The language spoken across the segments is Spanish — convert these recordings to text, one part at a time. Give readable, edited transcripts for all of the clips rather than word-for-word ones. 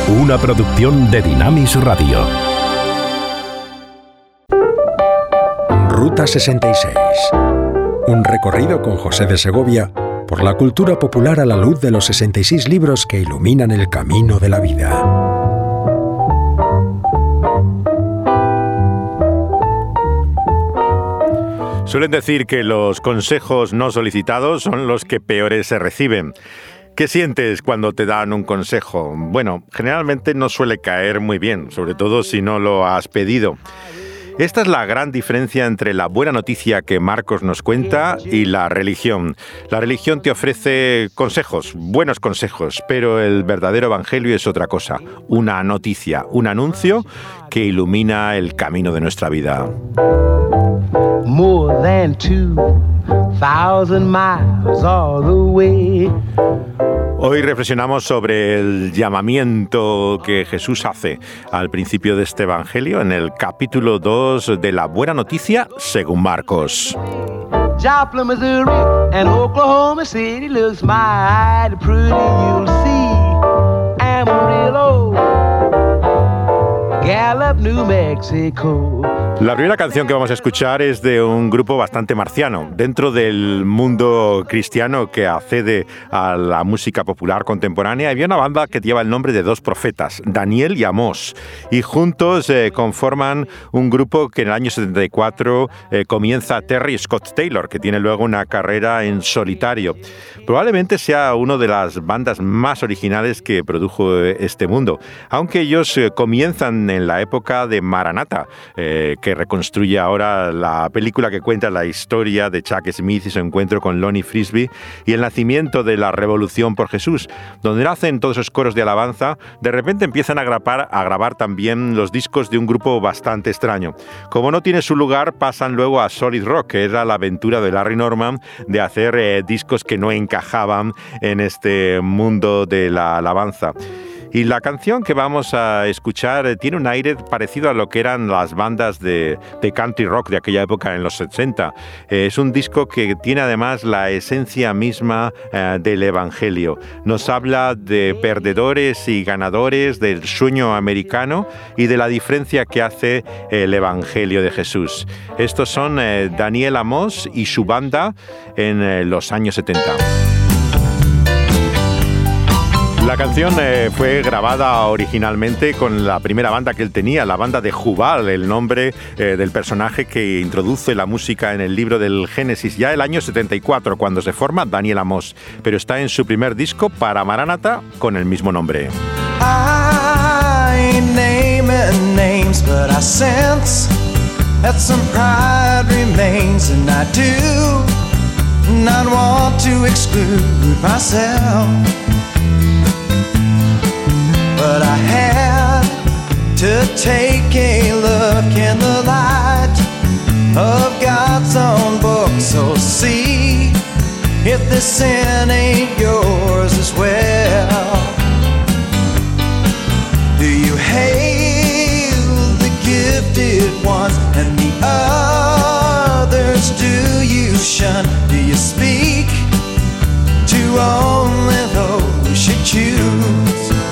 Una producción de Dinamis Radio. Ruta 66. Un recorrido con José de Segovia por la cultura popular a la luz de los 66 libros que iluminan el camino de la vida. Suelen decir que los consejos no solicitados son los que peores se reciben. ¿Qué sientes cuando te dan un consejo? Bueno, generalmente no suele caer muy bien, sobre todo si no lo has pedido. Esta es la gran diferencia entre la buena noticia que Marcos nos cuenta y la religión. La religión te ofrece consejos, buenos consejos, pero el verdadero evangelio es otra cosa, una noticia, un anuncio que ilumina el camino de nuestra vida. More than 2,000 miles all the way. Hoy reflexionamos sobre el llamamiento que Jesús hace al principio de este Evangelio, en el capítulo 2 de la Buena Noticia según Marcos. Joplin, Missouri, and Oklahoma City looks mighty pretty, you'll see. Amarillo, Gallup, New Mexico. La primera canción que vamos a escuchar es de un grupo bastante marciano, dentro del mundo cristiano que accede a la música popular contemporánea. Había una banda que lleva el nombre de dos profetas, Daniel y Amós, y juntos conforman un grupo que en el año 74 comienza Terry Scott Taylor, que tiene luego una carrera en solitario. Probablemente sea una de las bandas más originales que produjo este mundo, aunque ellos comienzan en la época de Maranatha, que reconstruye ahora la película que cuenta la historia de Chuck Smith y su encuentro con Lonnie Frisbee y el nacimiento de la Revolución por Jesús. Donde nacen todos esos coros de alabanza, de repente empiezan a grabar también los discos de un grupo bastante extraño. Como no tiene su lugar, pasan luego a Solid Rock, que era la aventura de Larry Norman de hacer discos que no encajaban en este mundo de la alabanza. Y la canción que vamos a escuchar tiene un aire parecido a lo que eran las bandas de country rock de aquella época en los 60. Es un disco que tiene además la esencia misma del Evangelio. Nos habla de perdedores y ganadores, del sueño americano y de la diferencia que hace el Evangelio de Jesús. Estos son Daniel Amós y su banda en los años 70. La canción fue grabada originalmente con la primera banda que él tenía, la banda de Jubal, el nombre del personaje que introduce la música en el libro del Génesis, ya el año 74, cuando se forma Daniel Amós, pero está en su primer disco para Maranatha con el mismo nombre. I ain't naming names, but I sense that some pride remains, and I do not want to exclude myself. But I had to take a look in the light of God's own book. So see if this sin ain't yours as well. Do you hail the gifted ones and the others do you shun? Do you speak to only those you choose?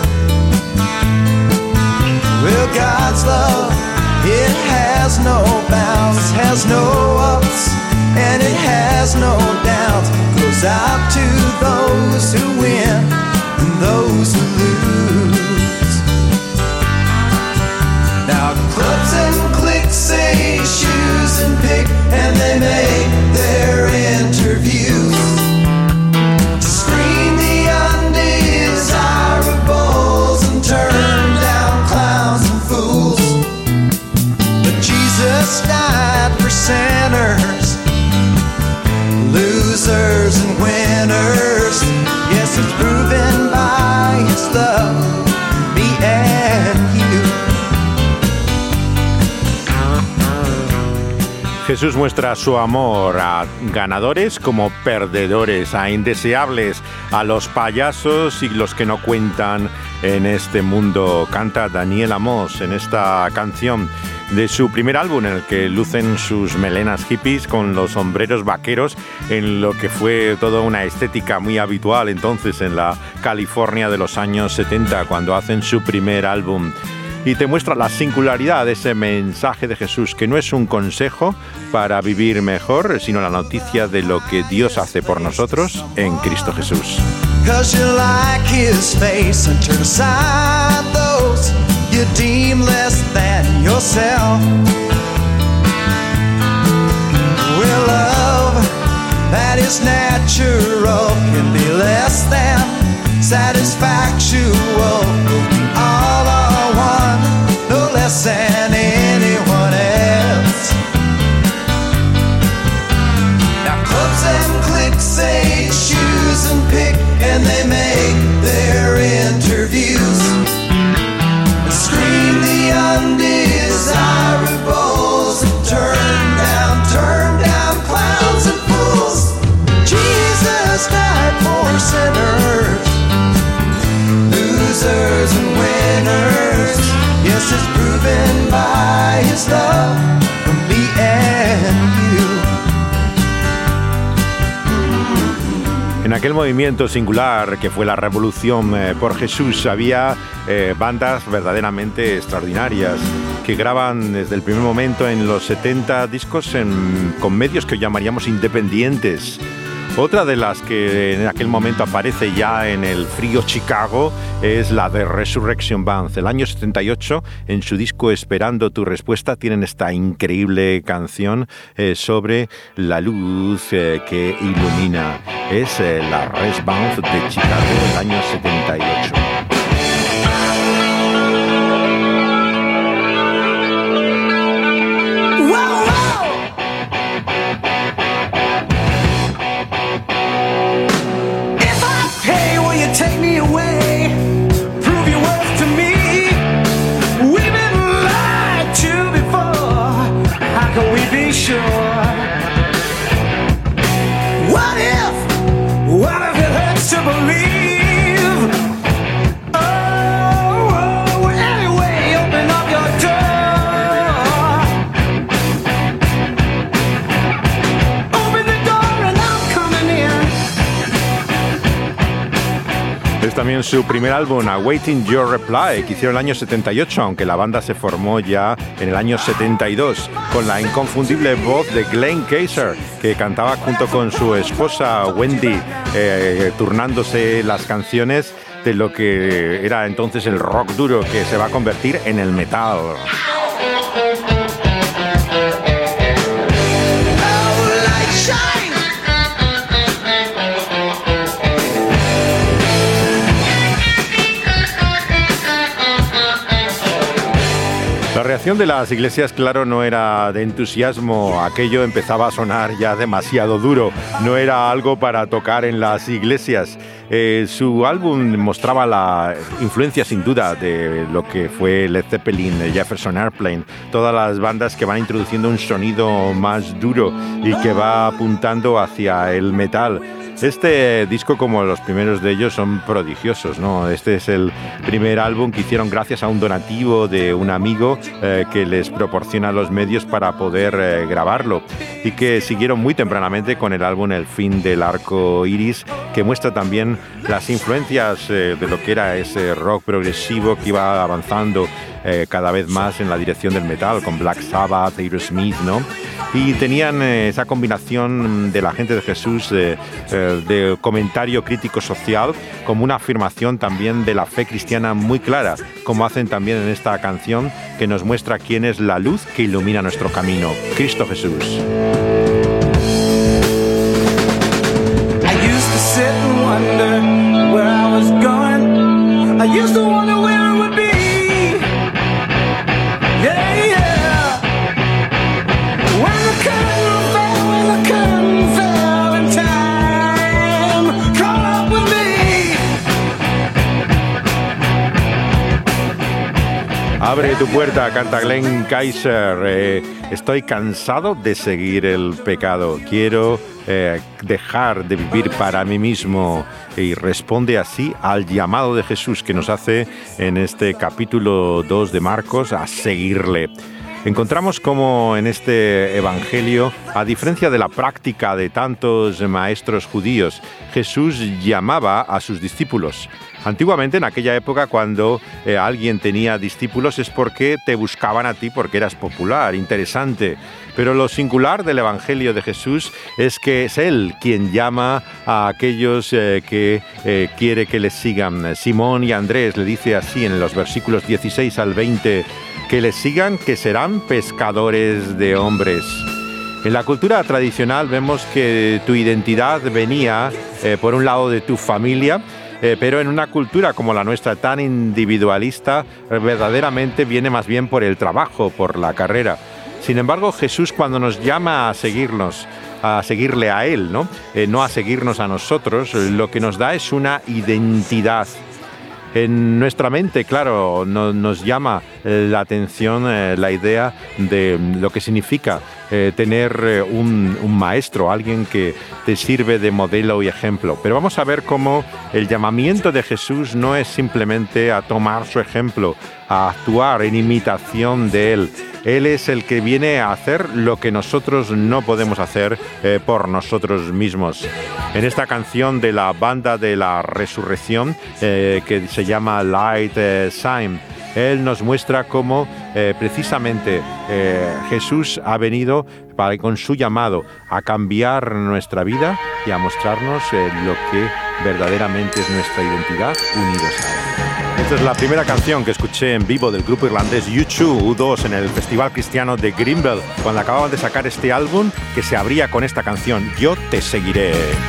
Well, God's love, it has no bounds, has no ups, and it has no downs. Goes out to those who win and those who lose. Now clubs and cliques say choose and pick, and they make their interviews to screen the undesirables and turn fools. But Jesus died for sinners, losers and winners. Yes, it's proven by His love, me and you. Jesús muestra su amor a ganadores como perdedores, a indeseables, a los payasos y los que no cuentan en este mundo. Canta Daniel Amós en esta canción. de su primer álbum en el que lucen sus melenas hippies con los sombreros vaqueros en lo que fue toda una estética muy habitual entonces en la California de los años 70 cuando hacen su primer álbum. Y te muestra la singularidad de ese mensaje de Jesús, que no es un consejo para vivir mejor, sino la noticia de lo que Dios hace por nosotros en Cristo Jesús. 'Cause you like his face and turn aside those you deem less than yourself. Well, love that is natural can be less than satisfactual. We all are one, no less than anyone else. Now clubs and cliques they choose and pick, and they make their interviews and screen the undesirables and turn down clowns and fools. Jesus died for sinners, losers and winners. Yes, it's proven by his love for me and you. En aquel movimiento singular que fue la Revolución por Jesús había bandas verdaderamente extraordinarias que graban desde el primer momento en los 70 discos con medios que hoy llamaríamos independientes. Otra de las que en aquel momento aparece ya en el frío Chicago es la de Resurrection Band. El año 78, en su disco Esperando tu respuesta, tienen esta increíble canción sobre la luz que ilumina. Es la Res Band de Chicago del año 78. Take me away, prove your worth to me. We've been lied to before, how can we be sure? What if it hurts to believe? Oh, anyway, open up your door. Open the door and I'm coming in. Es también su primer álbum, Awaiting Your Reply, que hicieron el año 78, aunque la banda se formó ya en el año 72, con la inconfundible voz de Glenn Kaiser, que cantaba junto con su esposa Wendy, turnándose las canciones de lo que era entonces el rock duro, que se va a convertir en el metal. La reacción de las iglesias, claro, no era de entusiasmo. Aquello empezaba a sonar ya demasiado duro. No era algo para tocar en las iglesias. Su álbum mostraba la influencia sin duda de lo que fue Led Zeppelin, Jefferson Airplane, todas las bandas que van introduciendo un sonido más duro y que va apuntando hacia el metal. Este disco, como los primeros de ellos, son prodigiosos, ¿no? Este es el primer álbum que hicieron gracias a un donativo de un amigo que les proporciona los medios para poder grabarlo, y que siguieron muy tempranamente con el álbum El fin del arco iris, que muestra también las influencias de lo que era ese rock progresivo que iba avanzando cada vez más en la dirección del metal, con Black Sabbath, Aerosmith, ¿no? Y tenían esa combinación de la gente de Jesús, de comentario crítico social, como una afirmación también de la fe cristiana muy clara, como hacen también en esta canción que nos muestra quién es la luz que ilumina nuestro camino, Cristo Jesús. I used to sit and wonder where I was going. I used to wonder where I would be. Yeah, yeah. When the curtain fell and time caught up with me. Abre tu puerta, canta Glenn Kaiser. Estoy cansado de seguir el pecado. Quiero dejar de vivir para mí mismo, y responde así al llamado de Jesús que nos hace en este capítulo 2 de Marcos a seguirle. encontramos como en este Evangelio, a diferencia de la práctica de tantos maestros judíos, Jesús llamaba a sus discípulos. Antiguamente, en aquella época, cuando alguien tenía discípulos es porque te buscaban a ti, porque eras popular, interesante. Pero lo singular del Evangelio de Jesús es que es Él quien llama a aquellos que quiere que les sigan. Simón y Andrés le dice así en los versículos 16 al 20, que les sigan, que serán pescadores de hombres. En la cultura tradicional vemos que tu identidad venía, por un lado, de tu familia, pero en una cultura como la nuestra, tan individualista, verdaderamente viene más bien por el trabajo, por la carrera. Sin embargo, Jesús, cuando nos llama a seguirnos, a seguirle a Él, no a seguirnos a nosotros, lo que nos da es una identidad. En nuestra mente, claro, nos llama la atención la idea de lo que significa tener un maestro, alguien que te sirve de modelo y ejemplo. Pero vamos a ver cómo el llamamiento de Jesús no es simplemente a tomar su ejemplo, a actuar en imitación de Él. Él es el que viene a hacer lo que nosotros no podemos hacer por nosotros mismos. En esta canción de la Banda de la Resurrección, que se llama Light Sign, Él nos muestra cómo precisamente Jesús ha venido con su llamado a cambiar nuestra vida y a mostrarnos lo que verdaderamente es nuestra identidad unidos a Él. Esta es la primera canción que escuché en vivo del grupo irlandés U2, U2 en el Festival Cristiano de Greenbelt, cuando acababan de sacar este álbum que se abría con esta canción, Yo te seguiré.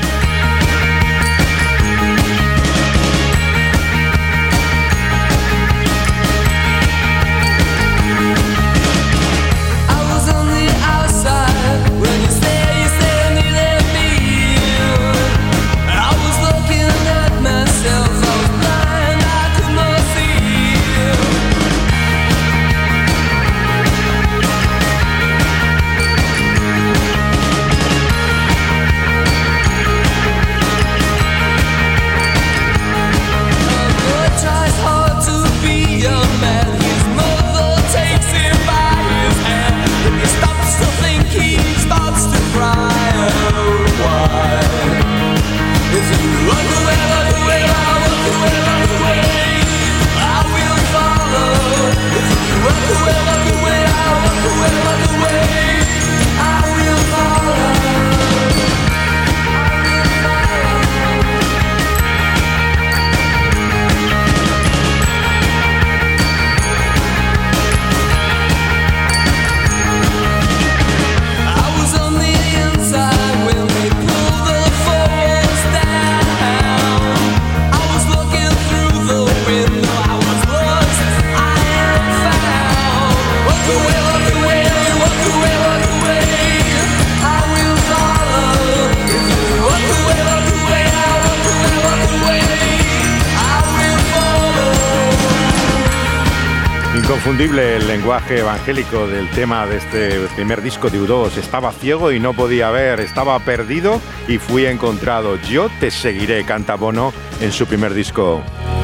Inconfundible el lenguaje evangélico del tema de este primer disco de U2. Estaba ciego y no podía ver, estaba perdido y fui encontrado. Yo te seguiré, canta Bono en su primer disco.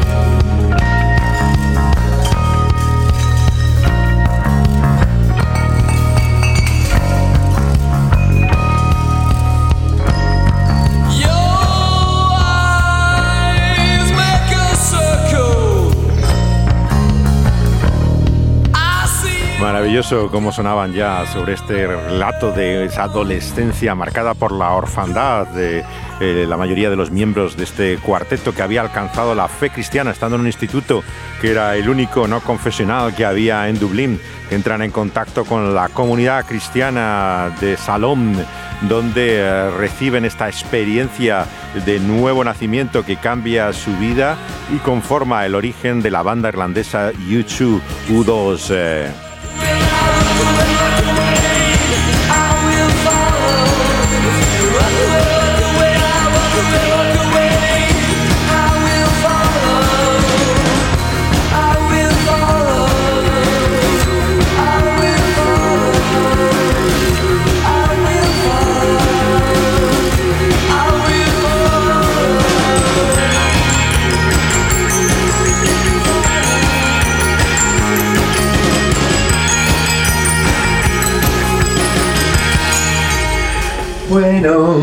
Maravilloso cómo sonaban ya sobre este relato de esa adolescencia marcada por la orfandad de la mayoría de los miembros de este cuarteto que había alcanzado la fe cristiana estando en un instituto que era el único no confesional que había en Dublín, que entran en contacto con la comunidad cristiana de Salom, donde reciben esta experiencia de nuevo nacimiento que cambia su vida y conforma el origen de la banda irlandesa U2, U2. bueno.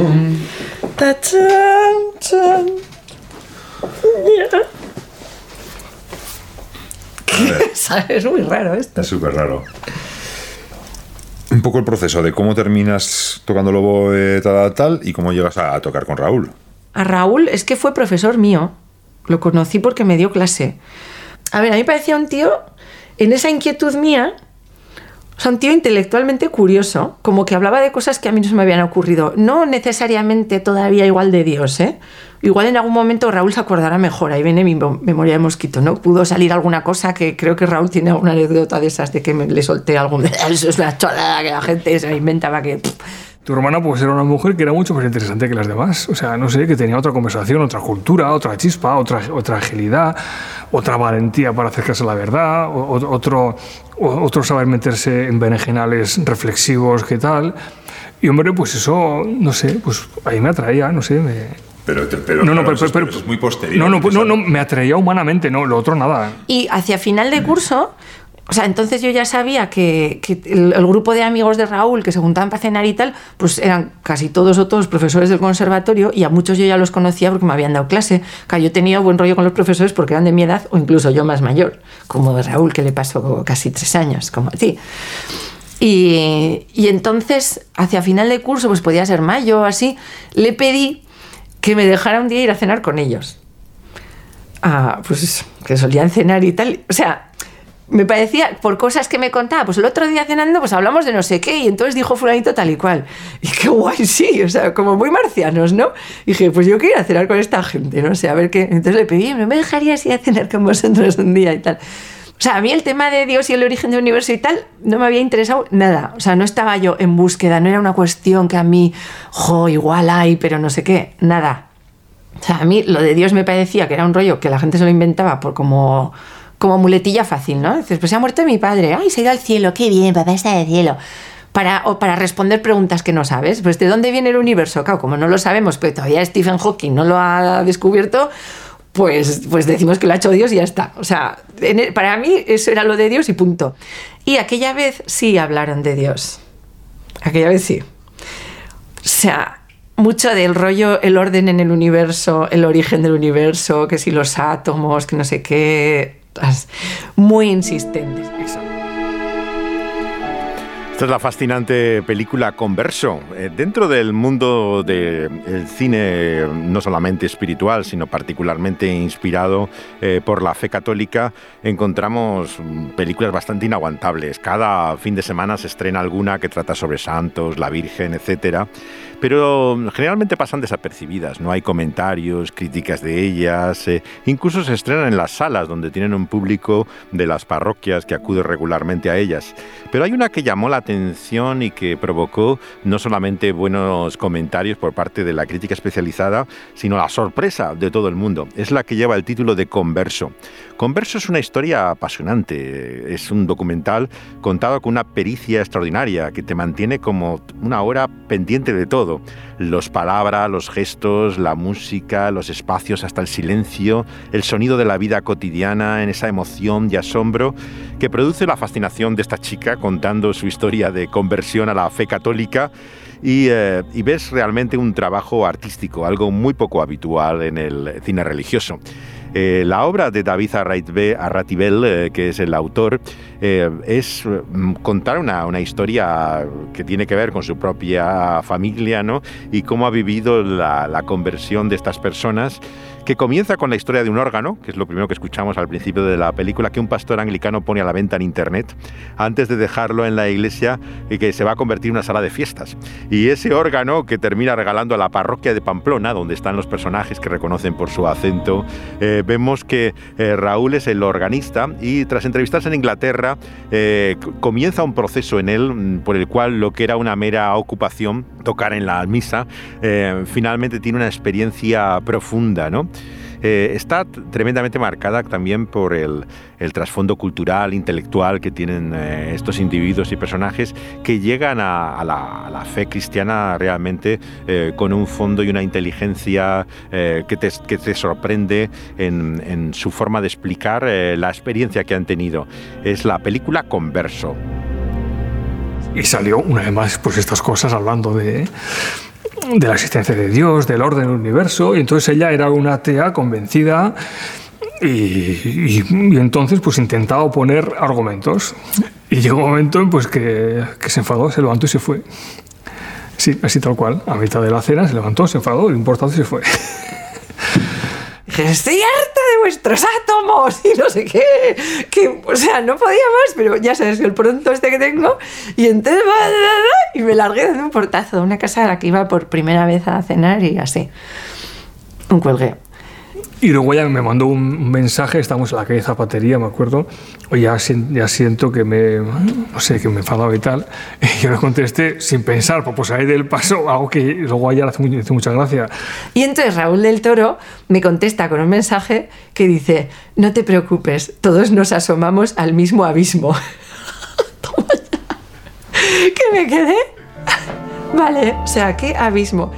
Es muy raro esto. Es súper raro. Un poco el proceso de cómo terminas tocando el oboe tal y cómo llegas a tocar con Raúl. A Raúl es que fue profesor mío. Lo conocí porque me dio clase. A ver, a mí me parecía un tío, en esa inquietud mía, o sea, un tío intelectualmente curioso, como que hablaba de cosas que a mí no se me habían ocurrido. No necesariamente todavía igual de Dios, ¿eh? Igual en algún momento Raúl se acordará mejor. Ahí viene mi memoria de mosquito, ¿no? Pudo salir alguna cosa que creo que Raúl tiene alguna anécdota de esas de que le solté algo. Eso es una chorrada que la gente se inventaba que... Tu hermana pues era una mujer que era mucho más interesante que las demás. O sea, no sé, que tenía otra conversación, otra cultura, otra chispa, otra agilidad, otra valentía para acercarse a la verdad, otro saber meterse en berenjenales reflexivos, ¿qué tal? Y hombre, pues eso, no sé, pues ahí me atraía, no sé, Pero eso es muy posterior. No, me atraía humanamente, no, lo otro nada. Y hacia final de curso... O sea, entonces yo ya sabía que el grupo de amigos de Raúl que se juntaban para cenar y tal, pues eran casi todos o todos profesores del conservatorio, y a muchos yo ya los conocía porque me habían dado clase. Claro, yo tenía buen rollo con los profesores porque eran de mi edad o incluso yo más mayor, como Raúl, que le pasó casi 3 años, como a ti. Y entonces, hacia final de curso, pues podía ser mayo o así, le pedí que me dejara un día ir a cenar con ellos. Pues que solían cenar y tal. O sea... Me parecía, por cosas que me contaba, pues el otro día cenando, pues hablamos de no sé qué, y entonces dijo fulanito tal y cual. Y qué guay, sí, o sea, como muy marcianos, ¿no? Y dije, pues yo quiero ir a cenar con esta gente, no sé, a ver qué. Entonces le pedí, ¿no me dejarías ir a cenar con vosotros un día y tal? O sea, a mí el tema de Dios y el origen del universo y tal no me había interesado nada. O sea, no estaba yo en búsqueda, no era una cuestión que a mí, igual hay, pero no sé qué, nada. O sea, a mí lo de Dios me parecía que era un rollo que la gente se lo inventaba por como muletilla fácil, ¿no? Dices, pues se ha muerto mi padre, ¡ay, se ha ido al cielo, qué bien, papá está en el cielo! Para responder preguntas que no sabes. Pues ¿de dónde viene el universo? Claro, como no lo sabemos, pero todavía Stephen Hawking no lo ha descubierto, pues decimos que lo ha hecho Dios y ya está. O sea, para mí eso era lo de Dios y punto. Y aquella vez sí hablaron de Dios. Aquella vez sí. O sea... mucho del rollo, el orden en el universo, el origen del universo, que si los átomos, que no sé qué, muy insistentes. Eso. Esta es la fascinante película Converso. Dentro del mundo del cine, no solamente espiritual, sino particularmente inspirado por la fe católica, encontramos películas bastante inaguantables. Cada fin de semana se estrena alguna que trata sobre santos, la Virgen, etcétera. Pero generalmente pasan desapercibidas, no hay comentarios, críticas de ellas, incluso se estrenan en las salas donde tienen un público de las parroquias que acude regularmente a ellas. Pero hay una que llamó la atención y que provocó no solamente buenos comentarios por parte de la crítica especializada, sino la sorpresa de todo el mundo. Es la que lleva el título de Converso. Converso es una historia apasionante, es un documental contado con una pericia extraordinaria que te mantiene como una hora pendiente de todo. Las palabras, los gestos, la música, los espacios hasta el silencio, el sonido de la vida cotidiana en esa emoción y asombro que produce la fascinación de esta chica contando su historia de conversión a la fe católica. Y ves realmente un trabajo artístico, algo muy poco habitual en el cine religioso. La obra de David Arratibel, que es el autor, es contar una historia que tiene que ver con su propia familia, ¿no? Y cómo ha vivido la conversión de estas personas, que comienza con la historia de un órgano, que es lo primero que escuchamos al principio de la película, que un pastor anglicano pone a la venta en internet antes de dejarlo en la iglesia, y que se va a convertir en una sala de fiestas. Y ese órgano que termina regalando a la parroquia de Pamplona, donde están los personajes que reconocen por su acento, vemos que Raúl es el organista, y tras entrevistarse en Inglaterra comienza un proceso en él por el cual lo que era una mera ocupación, tocar en la misa, finalmente tiene una experiencia profunda, ¿no? Está tremendamente marcada también por el trasfondo cultural, intelectual que tienen estos individuos y personajes que llegan a la fe cristiana realmente con un fondo y una inteligencia que te sorprende en su forma de explicar la experiencia que han tenido. Es la película Converso. Y salió una vez más pues estas cosas hablando de de la existencia de Dios, del orden del universo, y entonces ella era una atea convencida y entonces pues intentaba oponer argumentos. Y llegó un momento pues que se enfadó, se levantó y se fue. Sí, así tal cual. A mitad de la cena se levantó, se enfadó, un portazo y se fue. Estoy harta de vuestros átomos y no sé qué, o sea, no podía más, pero ya sabes, el pronto este que tengo, y entonces y me largué dando un portazo de una casa a la que iba por primera vez a cenar y así, un cuelgueo. Y luego ella me mandó un mensaje, estábamos en la calle Zapatería, me acuerdo, oye, ya siento que me enfadaba y tal, y yo le contesté sin pensar, pues ahí del paso, algo que luego a ella le hace mucha gracia. Y entonces Raúl del Toro me contesta con un mensaje que dice, no te preocupes, todos nos asomamos al mismo abismo. Toma ya. Que me quedé. Vale, o sea, ¿qué abismo?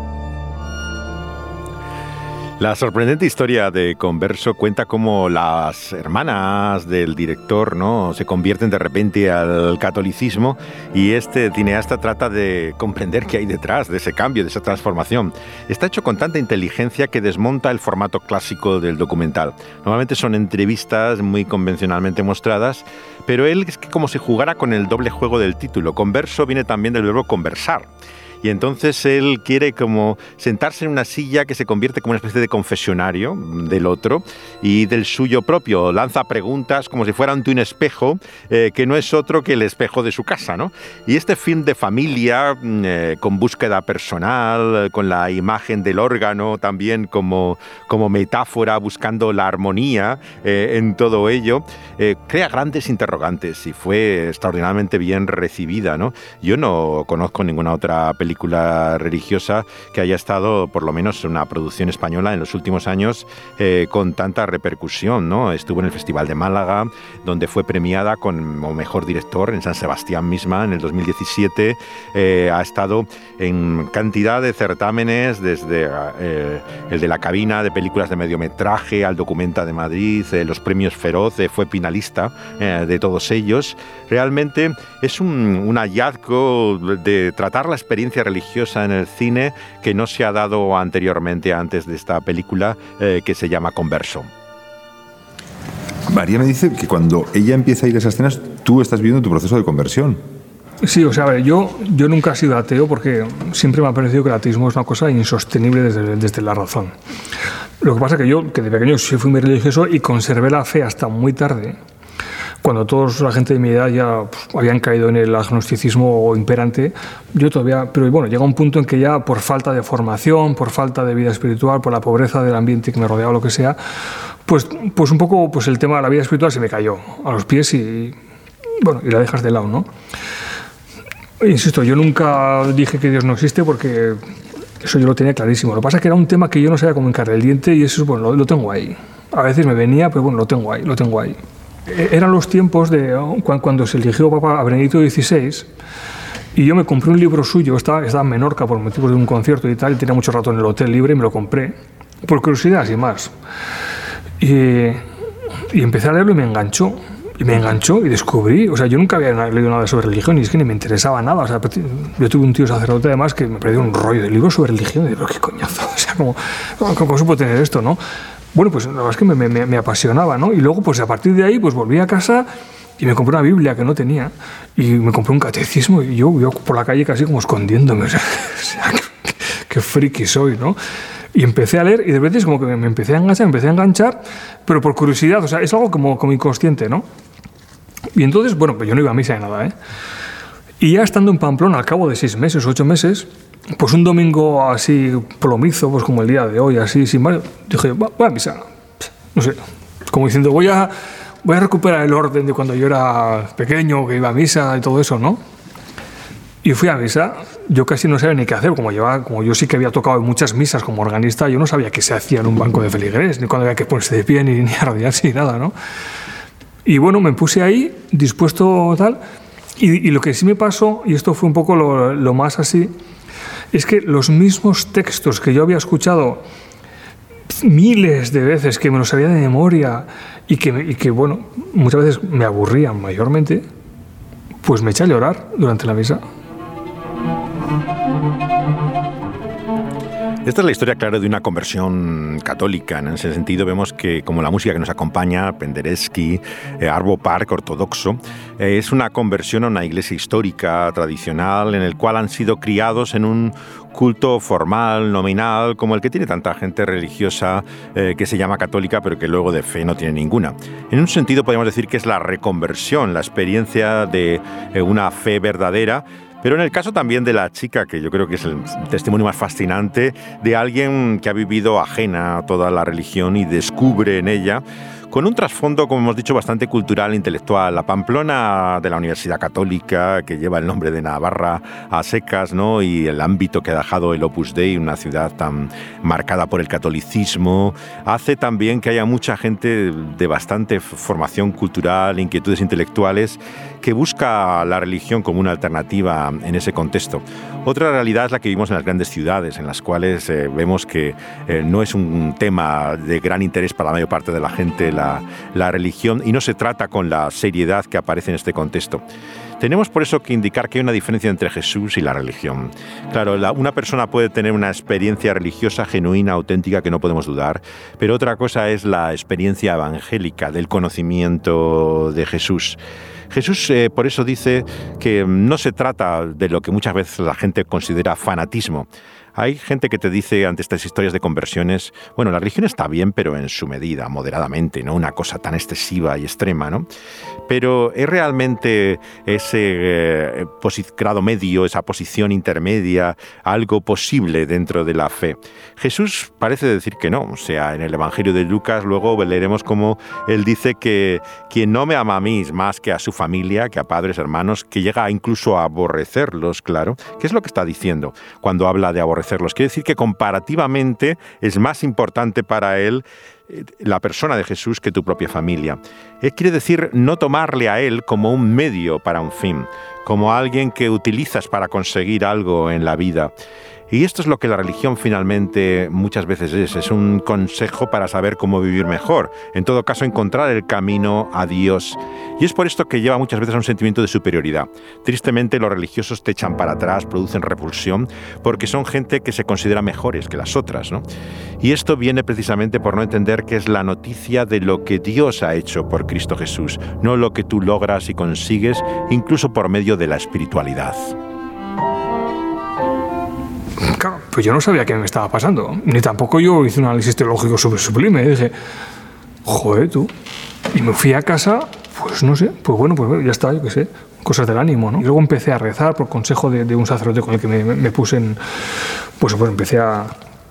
La sorprendente historia de Converso cuenta cómo las hermanas del director, ¿no?, se convierten de repente al catolicismo, y este cineasta trata de comprender qué hay detrás de ese cambio, de esa transformación. Está hecho con tanta inteligencia que desmonta el formato clásico del documental. Normalmente son entrevistas muy convencionalmente mostradas, pero él es como si jugara con el doble juego del título. Converso viene también del verbo conversar. Y entonces él quiere como sentarse en una silla que se convierte como una especie de confesionario del otro y del suyo propio. Lanza preguntas como si fuera ante un espejo que no es otro que el espejo de su casa, ¿no? Y este film de familia con búsqueda personal, con la imagen del órgano también como metáfora, buscando la armonía en todo ello, crea grandes interrogantes y fue extraordinariamente bien recibida, ¿no? Yo no conozco ninguna otra película religiosa que haya estado, por lo menos en una producción española en los últimos años, con tanta repercusión, ¿no? Estuvo en el Festival de Málaga, donde fue premiada como mejor director en San Sebastián misma en el 2017. Ha estado en cantidad de certámenes, desde el de la cabina de películas de mediometraje al Documenta de Madrid, los premios Feroz, fue finalista de todos ellos. Realmente es un hallazgo de tratar la experiencia religiosa en el cine que no se ha dado anteriormente antes de esta película, que se llama Converso. María me dice que cuando ella empieza a ir a esas escenas, tú estás viviendo tu proceso de conversión. Sí, o sea, a ver, yo nunca he sido ateo porque siempre me ha parecido que el ateísmo es una cosa insostenible desde la razón. Lo que pasa es que yo, que de pequeño sí fui muy religioso y conservé la fe hasta muy tarde, cuando toda la gente de mi edad ya habían caído en el agnosticismo imperante. Yo todavía, pero bueno, llega un punto en que ya por falta de formación, por falta de vida espiritual, por la pobreza del ambiente que me rodeaba, lo que sea, pues un poco pues el tema de la vida espiritual se me cayó a los pies y bueno, y la dejas de lado, ¿no? Insisto, yo nunca dije que Dios no existe porque eso yo lo tenía clarísimo. Lo que pasa es que era un tema que yo no sabía cómo encarar el diente y eso, bueno, lo tengo ahí. A veces me venía, pero bueno, lo tengo ahí. Eran los tiempos de cuando se eligió Papa a Benedicto XVI y yo me compré un libro suyo, estaba en Menorca por motivos de un concierto y tal, y tenía mucho rato en el hotel libre y me lo compré, por curiosidad sin más. Y empecé a leerlo y me enganchó y descubrí, o sea, yo nunca había leído nada sobre religión y es que ni me interesaba nada, o sea, yo tuve un tío sacerdote además que me perdió un rollo de libros sobre religión y digo, qué coñazo, o sea, ¿cómo supo tener esto, no? Bueno, pues la verdad es que me apasionaba, ¿no? Y luego, pues a partir de ahí, pues volví a casa y me compré una Biblia que no tenía y me compré un catecismo y yo por la calle casi como escondiéndome, o sea qué friki soy, ¿no? Y empecé a leer y de repente es como que me empecé a enganchar, pero por curiosidad, o sea, es algo como inconsciente, ¿no? Y entonces, bueno, pues yo no iba a misa de nada, ¿eh? Y ya estando en Pamplona, al cabo de 6 meses, 8 meses, pues un domingo así plomizo, pues como el día de hoy, así sin más, dije, voy a misa. No sé, como diciendo, voy a recuperar el orden de cuando yo era pequeño, que iba a misa y todo eso, ¿no? Y fui a misa, yo casi no sabía ni qué hacer, como yo sí que había tocado en muchas misas como organista, yo no sabía qué se hacía en un banco de feligreses, ni cuándo había que ponerse de pie, ni arrodillarse, ni nada, ¿no? Y bueno, me puse ahí, dispuesto tal, y lo que sí me pasó, y esto fue un poco lo más así, es que los mismos textos que yo había escuchado miles de veces, que me los sabía de memoria y que bueno, muchas veces me aburrían mayormente, pues me eché a llorar durante la misa. Esta es la historia, claro, de una conversión católica. En ese sentido vemos que, como la música que nos acompaña, Penderecki, Arvo Pärt, ortodoxo, es una conversión a una iglesia histórica, tradicional, en el cual han sido criados en un culto formal, nominal, como el que tiene tanta gente religiosa que se llama católica, pero que luego de fe no tiene ninguna. En un sentido podríamos decir que es la reconversión, la experiencia de una fe verdadera. Pero en el caso también de la chica, que yo creo que es el testimonio más fascinante, de alguien que ha vivido ajena a toda la religión y descubre en ella, con un trasfondo, como hemos dicho, bastante cultural e intelectual. La Pamplona de la Universidad Católica, que lleva el nombre de Navarra a secas, ¿no? Y el ámbito que ha dejado el Opus Dei, una ciudad tan marcada por el catolicismo, hace también que haya mucha gente de bastante formación cultural, inquietudes intelectuales, que busca la religión como una alternativa en ese contexto. Otra realidad es la que vivimos en las grandes ciudades, en las cuales vemos que no es un tema de gran interés para la mayor parte de la gente la religión, y no se trata con la seriedad que aparece en este contexto. Tenemos por eso que indicar que hay una diferencia entre Jesús y la religión. Claro, una persona puede tener una experiencia religiosa genuina, auténtica, que no podemos dudar, pero otra cosa es la experiencia evangélica del conocimiento de Jesús. Jesús por eso dice que no se trata de lo que muchas veces la gente considera fanatismo. Hay gente que te dice ante estas historias de conversiones, bueno, la religión está bien, pero en su medida, moderadamente, no una cosa tan excesiva y extrema, ¿no? Pero ¿es realmente ese grado medio, esa posición intermedia, algo posible dentro de la fe? Jesús parece decir que no. O sea, en el Evangelio de Lucas luego leeremos cómo él dice que quien no me ama a mí más que a su familia, que a padres, hermanos, que llega incluso a aborrecerlos, claro. ¿Qué es lo que está diciendo cuando habla de aborrecerlos? Quiere decir que comparativamente es más importante para él la persona de Jesús que tu propia familia. Quiere decir no tomarle a él como un medio para un fin, como alguien que utilizas para conseguir algo en la vida. Y esto es lo que la religión finalmente muchas veces es un consejo para saber cómo vivir mejor. En todo caso, encontrar el camino a Dios. Y es por esto que lleva muchas veces a un sentimiento de superioridad. Tristemente, los religiosos te echan para atrás, producen repulsión, porque son gente que se considera mejores que las otras, ¿no? Y esto viene precisamente por no entender que es la noticia de lo que Dios ha hecho por Cristo Jesús, no lo que tú logras y consigues, incluso por medio de la espiritualidad. Claro, pues yo no sabía qué me estaba pasando, ni tampoco yo hice un análisis teológico súper sublime. Dije, joder, tú. Y me fui a casa, pues no sé, pues bueno, ya está, yo qué sé, cosas del ánimo, ¿no? Y luego empecé a rezar por consejo de un sacerdote con el que me puse en. Pues empecé a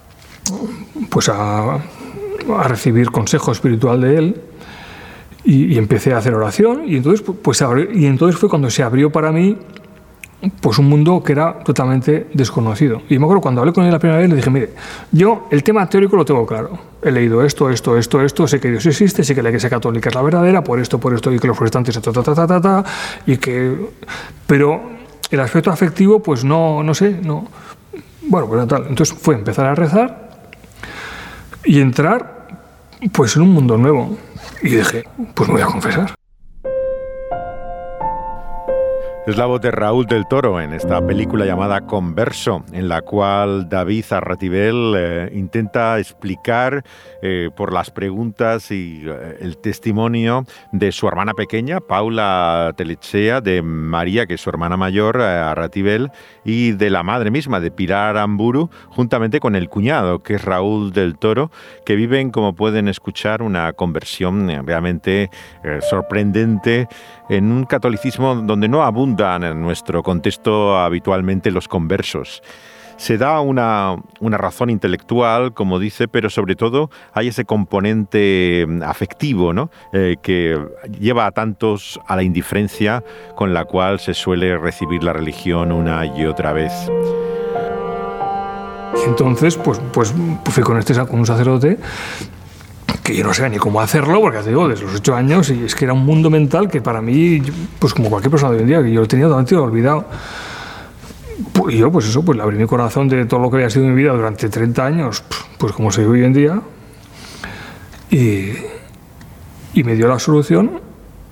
recibir consejo espiritual de él y empecé a hacer oración, y entonces, entonces fue cuando se abrió para mí pues un mundo que era totalmente desconocido. Y me acuerdo cuando hablé con él la primera vez, le dije, mire, yo el tema teórico lo tengo claro. He leído esto, sé que Dios existe, sé que la Iglesia Católica es la verdadera, por esto, y que los protestantes, y que... Pero el aspecto afectivo, pues no sé, no... Bueno, pues tal. Entonces fue empezar a rezar y entrar, pues en un mundo nuevo. Y dije, pues me voy a confesar. Es la voz de Raúl del Toro en esta película llamada Converso, en la cual David Arratibel intenta explicar por las preguntas y el testimonio de su hermana pequeña, Paula Telechea, de María, que es su hermana mayor, Arratibel, y de la madre misma, de Pilar Amburu, juntamente con el cuñado, que es Raúl del Toro, que viven, como pueden escuchar, una conversión realmente sorprendente en un catolicismo donde no abundan en nuestro contexto habitualmente los conversos. Se da una razón intelectual, como dice, pero sobre todo hay ese componente afectivo, ¿no? Que lleva a tantos a la indiferencia con la cual se suele recibir la religión una y otra vez. Y entonces, pues fui con un sacerdote que yo no sabía ni cómo hacerlo, porque te digo, desde los 8 años, y es que era un mundo mental que para mí, pues como cualquier persona de hoy en día, que yo lo tenía totalmente olvidado. Y yo, pues le abrí mi corazón de todo lo que había sido mi vida durante 30 años, pues como soy hoy en día, y me dio la solución.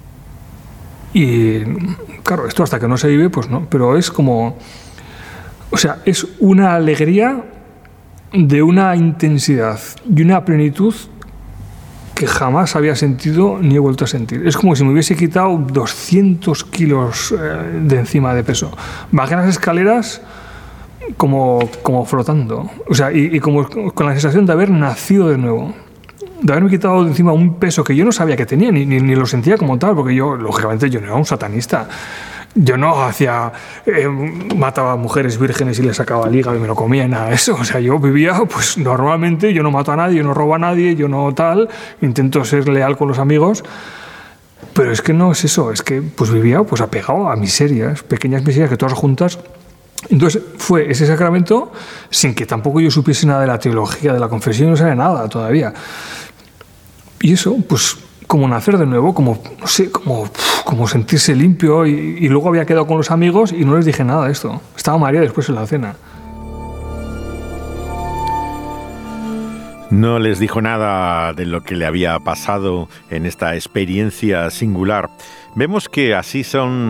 Y claro, esto hasta que no se vive, pues no, pero es como, o sea, es una alegría de una intensidad y una plenitud que jamás había sentido ni he vuelto a sentir. Es como si me hubiese quitado 200 kilos de encima de peso. Bajé las escaleras como flotando, o sea, y como con la sensación de haber nacido de nuevo, de haberme quitado de encima un peso que yo no sabía que tenía, ni lo sentía como tal, porque yo, lógicamente, yo no era un satanista. Yo no mataba a mujeres vírgenes y les sacaba el hígado y me lo comía, nada de eso. O sea, yo vivía pues normalmente, yo no mato a nadie, yo no robo a nadie, yo no tal, intento ser leal con los amigos, pero es que no es eso, es que pues vivía pues apegado a miserias, pequeñas miserias que todas juntas. Entonces fue ese sacramento sin que tampoco yo supiese nada de la teología, de la confesión, no sabía nada todavía. Y eso, pues como nacer de nuevo, como, no sé, como sentirse limpio y luego había quedado con los amigos y no les dije nada de esto. Estaba María después en la cena. No les dijo nada de lo que le había pasado en esta experiencia singular. Vemos que así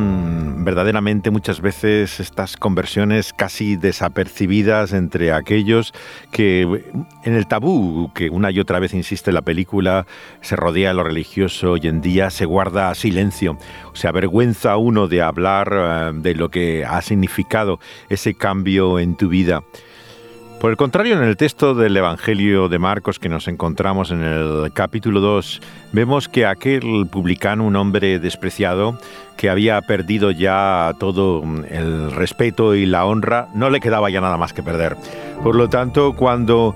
son verdaderamente muchas veces estas conversiones casi desapercibidas entre aquellos que en el tabú que una y otra vez insiste la película se rodea de lo religioso. Hoy en día se guarda silencio, se avergüenza uno de hablar de lo que ha significado ese cambio en tu vida. Por el contrario, en el texto del Evangelio de Marcos que nos encontramos en el capítulo 2, vemos que aquel publicano, un hombre despreciado, que había perdido ya todo el respeto y la honra, no le quedaba ya nada más que perder. Por lo tanto, cuando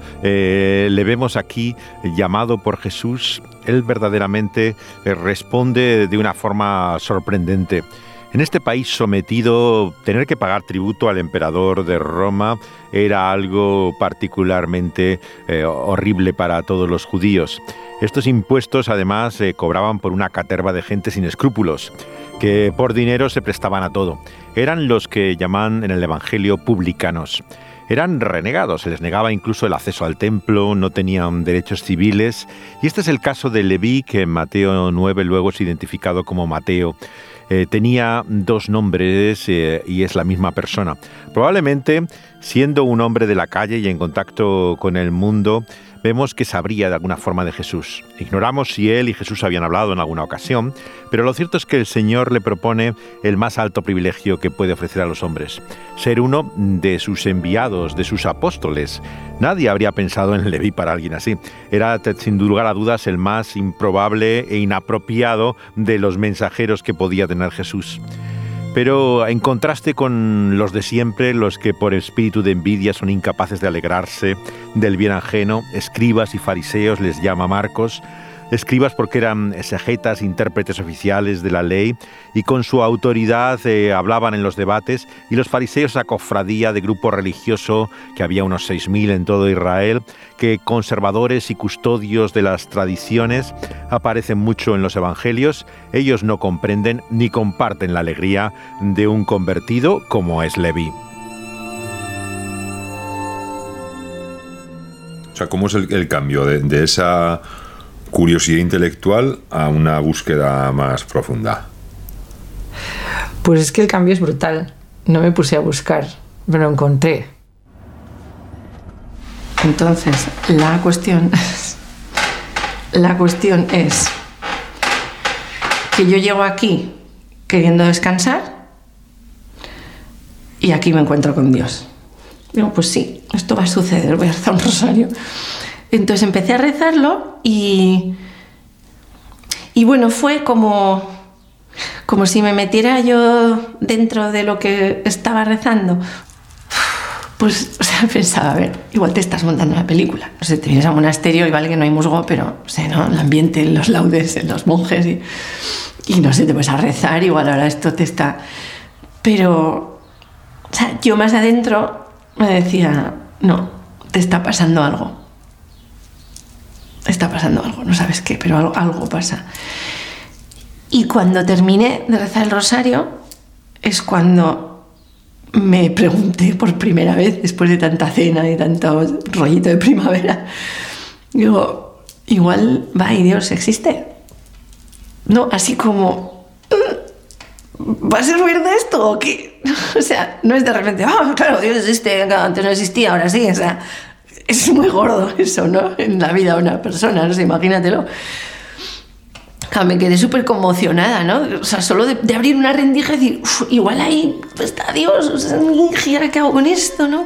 le vemos aquí llamado por Jesús, él verdaderamente responde de una forma sorprendente. En este país sometido, tener que pagar tributo al emperador de Roma era algo particularmente horrible para todos los judíos. Estos impuestos, además, cobraban por una caterva de gente sin escrúpulos, que por dinero se prestaban a todo. Eran los que llaman en el Evangelio publicanos. Eran renegados, se les negaba incluso el acceso al templo, no tenían derechos civiles. Y este es el caso de Leví, que en Mateo 9 luego es identificado como Mateo. Tenía dos nombres y es la misma persona. Probablemente, siendo un hombre de la calle y en contacto con el mundo, vemos que sabría de alguna forma de Jesús. Ignoramos si él y Jesús habían hablado en alguna ocasión, pero lo cierto es que el Señor le propone el más alto privilegio que puede ofrecer a los hombres: ser uno de sus enviados, de sus apóstoles. Nadie habría pensado en Leví para alguien así. Era, sin lugar a dudas, el más improbable e inapropiado de los mensajeros que podía tener Jesús. Pero en contraste con los de siempre, los que por espíritu de envidia son incapaces de alegrarse del bien ajeno, escribas y fariseos les llama Marcos. Escribas porque eran exegetas, intérpretes oficiales de la ley, y con su autoridad hablaban en los debates, y los fariseos, esa cofradía de grupo religioso, que había unos 6.000 en todo Israel, que conservadores y custodios de las tradiciones, aparecen mucho en los evangelios. Ellos no comprenden ni comparten la alegría de un convertido como es Leví. O sea, ¿cómo es el cambio de esa curiosidad intelectual a una búsqueda más profunda? Pues es que el cambio es brutal. No me puse a buscar, me lo encontré. Entonces, la cuestión es que yo llego aquí queriendo descansar y aquí me encuentro con Dios. Digo, pues sí, esto va a suceder, voy a rezar un rosario. Entonces empecé a rezarlo y bueno, fue como si me metiera yo dentro de lo que estaba rezando. Pues, o sea, pensaba, a ver, igual te estás montando una película. No sé, te vienes a un monasterio y vale que no hay musgo, pero, no sé, ¿no? El ambiente, los laudes, los monjes y no sé, te puedes a rezar, igual ahora esto te está... Pero, o sea, yo más adentro me decía, no, te está pasando algo. Está pasando algo, no sabes qué, pero algo pasa. Y cuando terminé de rezar el rosario es cuando me pregunté por primera vez, después de tanta cena y tanto rollito de primavera, digo, igual, va, y Dios existe. No, así como, ¿va a servir de esto o qué? O sea, no es de repente, claro, Dios existe, antes no existía, ahora sí, o sea... es muy gordo eso, ¿no? En la vida de una persona, no sé, imagínatelo. Claro, me quedé súper conmocionada, ¿no? O sea, solo de abrir una rendija y decir, igual ahí está Dios, o sea, ¿y ahora qué hago con esto, no?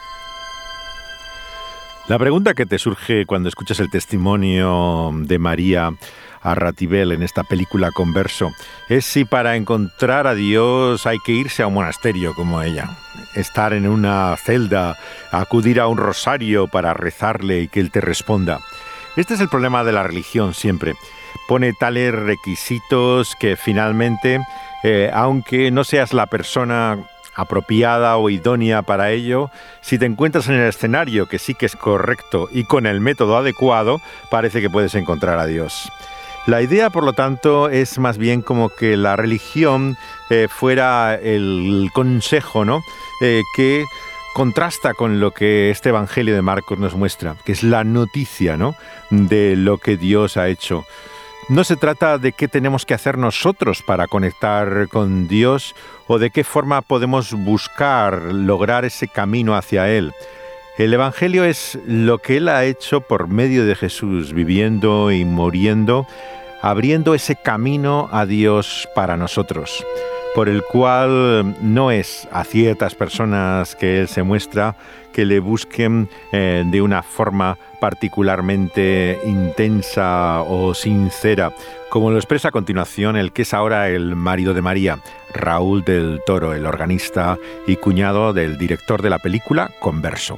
La pregunta que te surge cuando escuchas el testimonio de María Arratibel en esta película Converso es si para encontrar a Dios hay que irse a un monasterio como ella, estar en una celda, acudir a un rosario para rezarle y que Él te responda. Este es el problema de la religión siempre. Pone tales requisitos que finalmente, aunque no seas la persona apropiada o idónea para ello, si te encuentras en el escenario que sí que es correcto y con el método adecuado, parece que puedes encontrar a Dios. La idea, por lo tanto, es más bien como que la religión fuera el consejo, ¿no? Que contrasta con lo que este Evangelio de Marcos nos muestra, que es la noticia, ¿no?, de lo que Dios ha hecho. No se trata de qué tenemos que hacer nosotros para conectar con Dios o de qué forma podemos buscar lograr ese camino hacia Él. El Evangelio es lo que Él ha hecho por medio de Jesús, viviendo y muriendo, abriendo ese camino a Dios para nosotros, por el cual no es a ciertas personas que Él se muestra que le busquen de una forma particularmente intensa o sincera, como lo expresa a continuación el que es ahora el marido de María, Raúl del Toro, el organista y cuñado del director de la película Converso.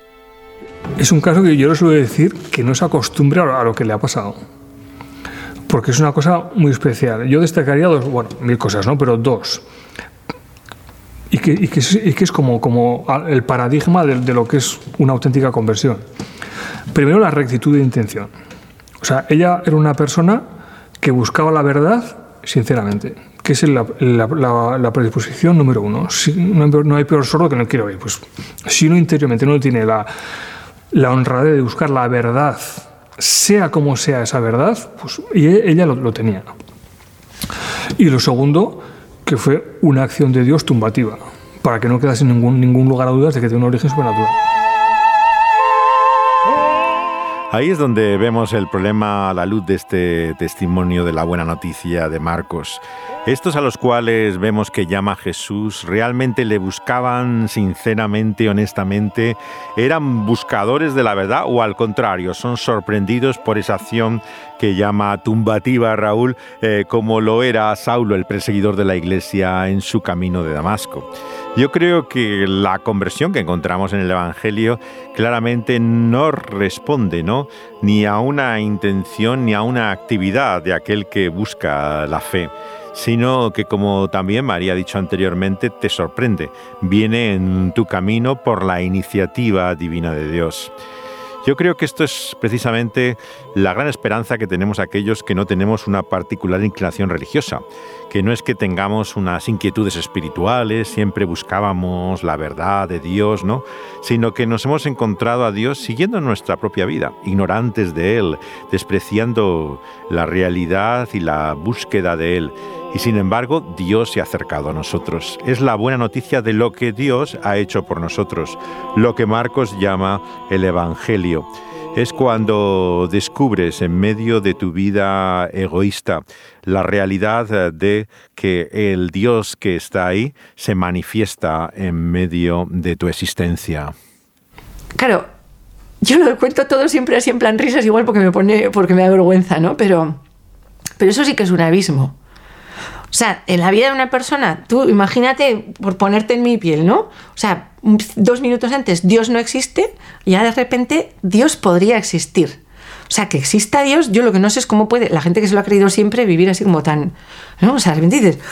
Es un caso que yo les suelo decir que no se acostumbra a lo que le ha pasado, porque es una cosa muy especial. Yo destacaría mil cosas, ¿no? Pero dos. Y que es como el paradigma de lo que es una auténtica conversión. Primero, la rectitud de intención. O sea, ella era una persona que buscaba la verdad sinceramente, que es la predisposición número uno. No hay peor sordo que no quiere oír. Pues si uno interiormente no tiene la honradez de buscar la verdad, sea como sea esa verdad, pues y ella lo tenía. Y lo segundo, que fue una acción de Dios tumbativa, para que no quedase ningún lugar a dudas de que tiene un origen supernatural. Ahí es donde vemos el problema a la luz de este testimonio de la buena noticia de Marcos. Estos a los cuales vemos que llama Jesús, ¿realmente le buscaban sinceramente, honestamente? ¿Eran buscadores de la verdad o al contrario, son sorprendidos por esa acción que llama tumbativa a Raúl, como lo era Saulo, el perseguidor de la iglesia en su camino de Damasco? Yo creo que la conversión que encontramos en el Evangelio claramente no responde, ¿no?, ni a una intención ni a una actividad de aquel que busca la fe, sino que, como también María ha dicho anteriormente, te sorprende, viene en tu camino por la iniciativa divina de Dios. Yo creo que esto es precisamente la gran esperanza que tenemos aquellos que no tenemos una particular inclinación religiosa, que no es que tengamos unas inquietudes espirituales, siempre buscábamos la verdad de Dios, ¿no?, sino que nos hemos encontrado a Dios siguiendo nuestra propia vida, ignorantes de Él, despreciando la realidad y la búsqueda de Él. Y sin embargo, Dios se ha acercado a nosotros. Es la buena noticia de lo que Dios ha hecho por nosotros, lo que Marcos llama el Evangelio. Es cuando descubres en medio de tu vida egoísta la realidad de que el Dios que está ahí se manifiesta en medio de tu existencia. Claro, yo lo cuento todo siempre así en plan risas, igual porque me da vergüenza, ¿no? Pero eso sí que es un abismo. O sea, en la vida de una persona, tú imagínate, por ponerte en mi piel, ¿no? O sea, 2 minutos antes Dios no existe y ahora de repente Dios podría existir. O sea, que exista Dios, yo lo que no sé es cómo puede la gente que se lo ha creído siempre vivir así como tan, ¿no? O sea, de repente dices,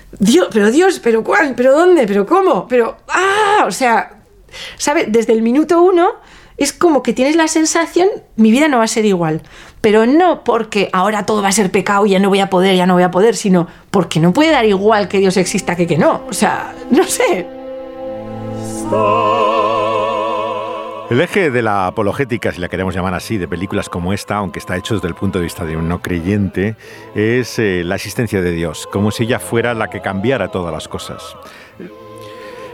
Dios, pero ¿cuál? ¿Pero dónde? ¿Pero cómo? Pero, o sea, ¿sabes? Desde el minuto 1 es como que tienes la sensación, mi vida no va a ser igual. Pero no porque ahora todo va a ser pecado y ya no voy a poder, sino porque no puede dar igual que Dios exista que no. O sea, no sé. El eje de la apologética, si la queremos llamar así, de películas como esta, aunque está hecho desde el punto de vista de un no creyente, es la existencia de Dios, como si ella fuera la que cambiara todas las cosas.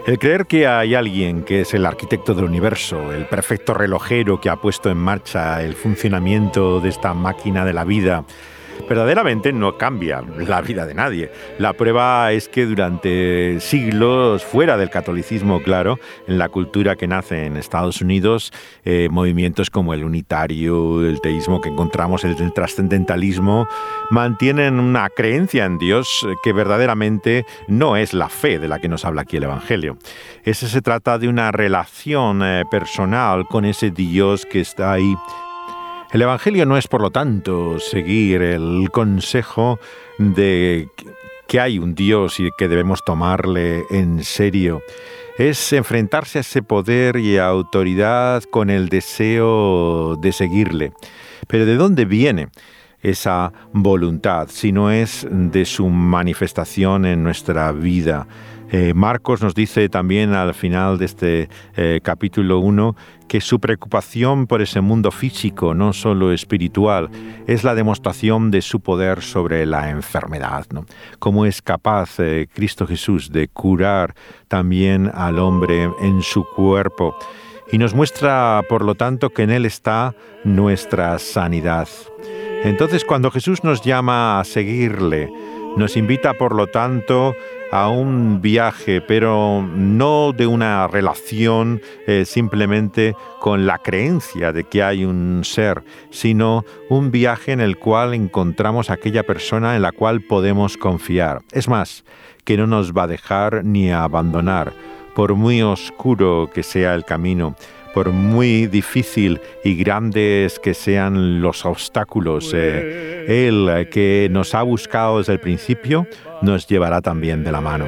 El creer que hay alguien que es el arquitecto del universo, el perfecto relojero que ha puesto en marcha el funcionamiento de esta máquina de la vida, verdaderamente no cambia la vida de nadie. La prueba es que durante siglos, fuera del catolicismo, claro, en la cultura que nace en Estados Unidos, movimientos como el unitario, el teísmo que encontramos, el trascendentalismo, mantienen una creencia en Dios que verdaderamente no es la fe de la que nos habla aquí el Evangelio. Se trata de una relación personal con ese Dios que está ahí. El Evangelio no es, por lo tanto, seguir el consejo de que hay un Dios y que debemos tomarle en serio. Es enfrentarse a ese poder y autoridad con el deseo de seguirle. Pero ¿de dónde viene esa voluntad si no es de su manifestación en nuestra vida? Marcos nos dice también al final de este capítulo 1 que su preocupación por ese mundo físico, no solo espiritual, es la demostración de su poder sobre la enfermedad, ¿no? Cómo es capaz Cristo Jesús de curar también al hombre en su cuerpo. Y nos muestra, por lo tanto, que en Él está nuestra sanidad. Entonces, cuando Jesús nos llama a seguirle, nos invita, por lo tanto, a un viaje, pero no de una relación simplemente con la creencia de que hay un ser, sino un viaje en el cual encontramos a aquella persona en la cual podemos confiar. Es más, que no nos va a dejar ni a abandonar, por muy oscuro que sea el camino, por muy difícil y grandes que sean los obstáculos. Él, que nos ha buscado desde el principio, nos llevará también de la mano.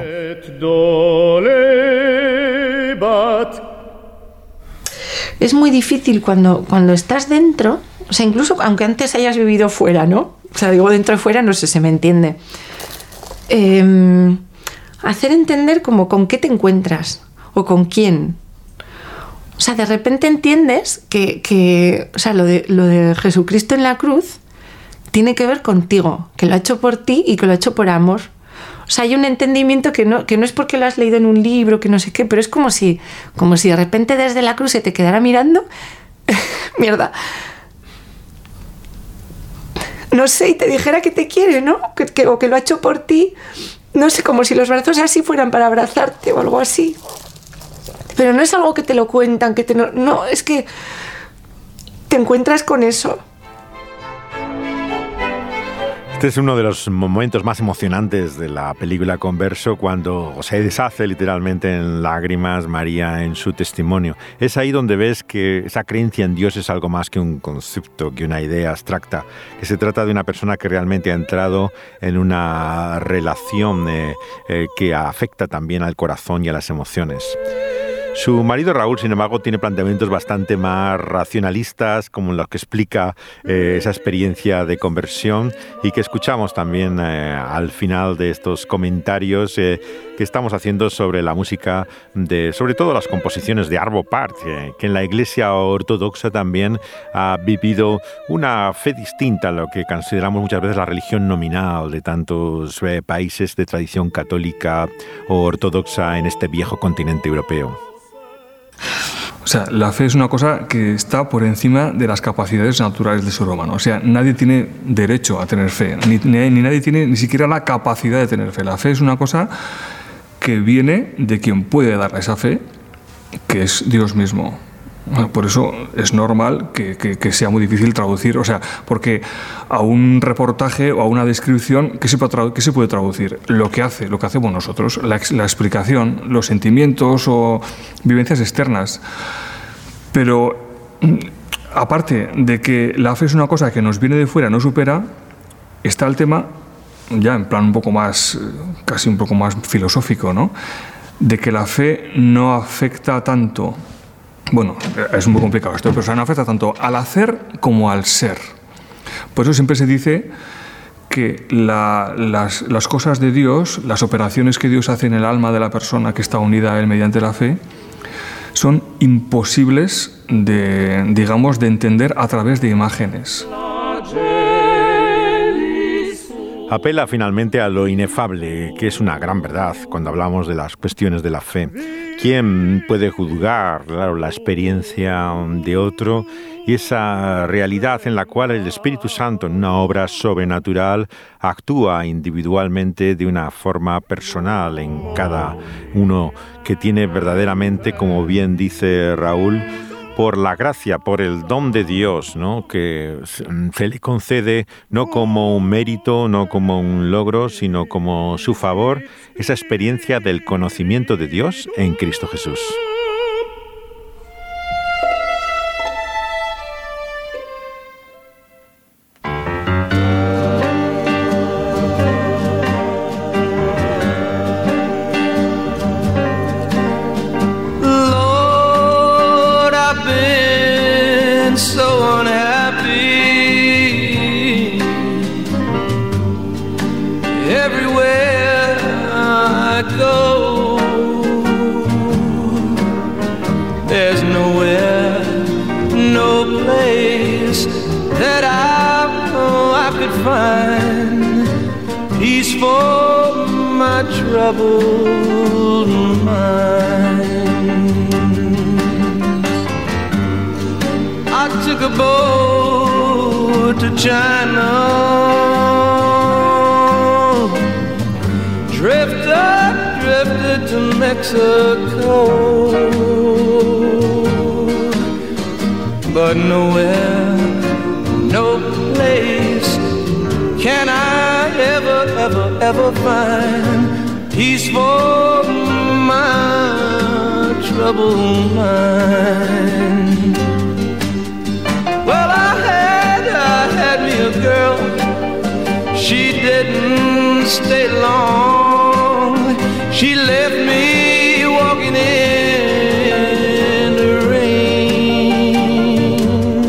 Es muy difícil cuando estás dentro, o sea, incluso aunque antes hayas vivido fuera, ¿no? O sea, digo dentro y fuera, no sé, se me entiende. Hacer entender como con qué te encuentras o con quién. O sea, de repente entiendes que o sea, lo de Jesucristo en la cruz tiene que ver contigo, que lo ha hecho por ti y que lo ha hecho por amor. O sea, hay un entendimiento que no es porque lo has leído en un libro, que no sé qué, pero es como si de repente desde la cruz se te quedara mirando. Mierda. No sé, y te dijera que te quiere, ¿no? O que lo ha hecho por ti. No sé, como si los brazos así fueran para abrazarte o algo así. Pero no es algo que te lo cuentan, no, es que te encuentras con eso. Este es uno de los momentos más emocionantes de la película Converso, cuando se deshace literalmente en lágrimas María en su testimonio. Es ahí donde ves que esa creencia en Dios es algo más que un concepto, que una idea abstracta, que se trata de una persona que realmente ha entrado en una relación que afecta también al corazón y a las emociones. Su marido Raúl, sin embargo, tiene planteamientos bastante más racionalistas, como los que explica esa experiencia de conversión y que escuchamos también al final de estos comentarios que estamos haciendo sobre la música, sobre todo las composiciones de Arvo Pärt, que en la Iglesia Ortodoxa también ha vivido una fe distinta a lo que consideramos muchas veces la religión nominal de tantos países de tradición católica o ortodoxa en este viejo continente europeo. O sea, la fe es una cosa que está por encima de las capacidades naturales del ser humano. O sea, nadie tiene derecho a tener fe, ni nadie tiene ni siquiera la capacidad de tener fe. La fe es una cosa que viene de quien puede dar esa fe, que es Dios mismo. Por eso es normal que sea muy difícil traducir, o sea, porque a un reportaje o a una descripción, ¿qué se puede traducir? Lo que hacemos nosotros, la explicación, los sentimientos o vivencias externas. Pero aparte de que la fe es una cosa que nos viene de fuera, no supera, está el tema, ya en plan un poco más, casi un poco más filosófico, ¿no? De que la fe no afecta tanto. Bueno, es un poco complicado esto, pero no afecta tanto al hacer como al ser. Por eso siempre se dice que las cosas de Dios, las operaciones que Dios hace en el alma de la persona que está unida a Él mediante la fe, son imposibles de entender a través de imágenes. Apela finalmente a lo inefable, que es una gran verdad cuando hablamos de las cuestiones de la fe. ¿quién puede juzgar, claro, la experiencia de otro y esa realidad en la cual el Espíritu Santo, en una obra sobrenatural, actúa individualmente de una forma personal en cada uno, que tiene verdaderamente, como bien dice Raúl, por la gracia, por el don de Dios, ¿no?, que se le concede no como un mérito, no como un logro, sino como su favor, esa experiencia del conocimiento de Dios en Cristo Jesús. Troubled mind. I took a boat to China, drifted to Mexico, but nowhere, no place can I ever find peace for my troubled mind. Well, I had me a girl. She didn't stay long. She left me walking in the rain.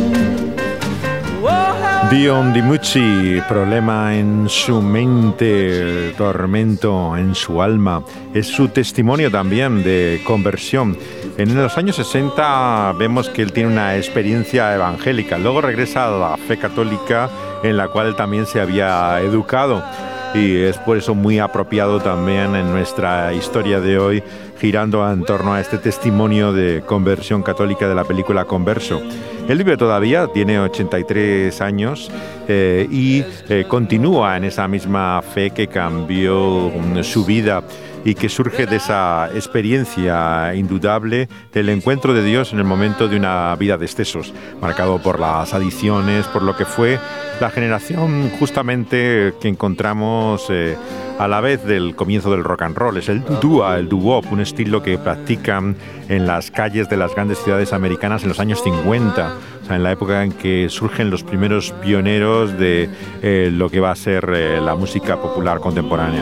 Dion DiMucci, problema en su mente, tormento en su alma. Es su testimonio también de conversión. En los años 60 vemos que él tiene una experiencia evangélica. Luego regresa a la fe católica, en la cual él también se había educado. Y es por eso muy apropiado también en nuestra historia de hoy, girando en torno a este testimonio de conversión católica de la película Converso. Él vive todavía, tiene 83 años y continúa en esa misma fe que cambió su vida y que surge de esa experiencia indudable del encuentro de Dios en el momento de una vida de excesos, marcado por las adicciones, por lo que fue la generación justamente que encontramos a la vez del comienzo del rock and roll. Es el doo-wop, el doo-wop, un estilo que practican en las calles de las grandes ciudades americanas en los años 50, o sea, en la época en que surgen los primeros pioneros de lo que va a ser la música popular contemporánea.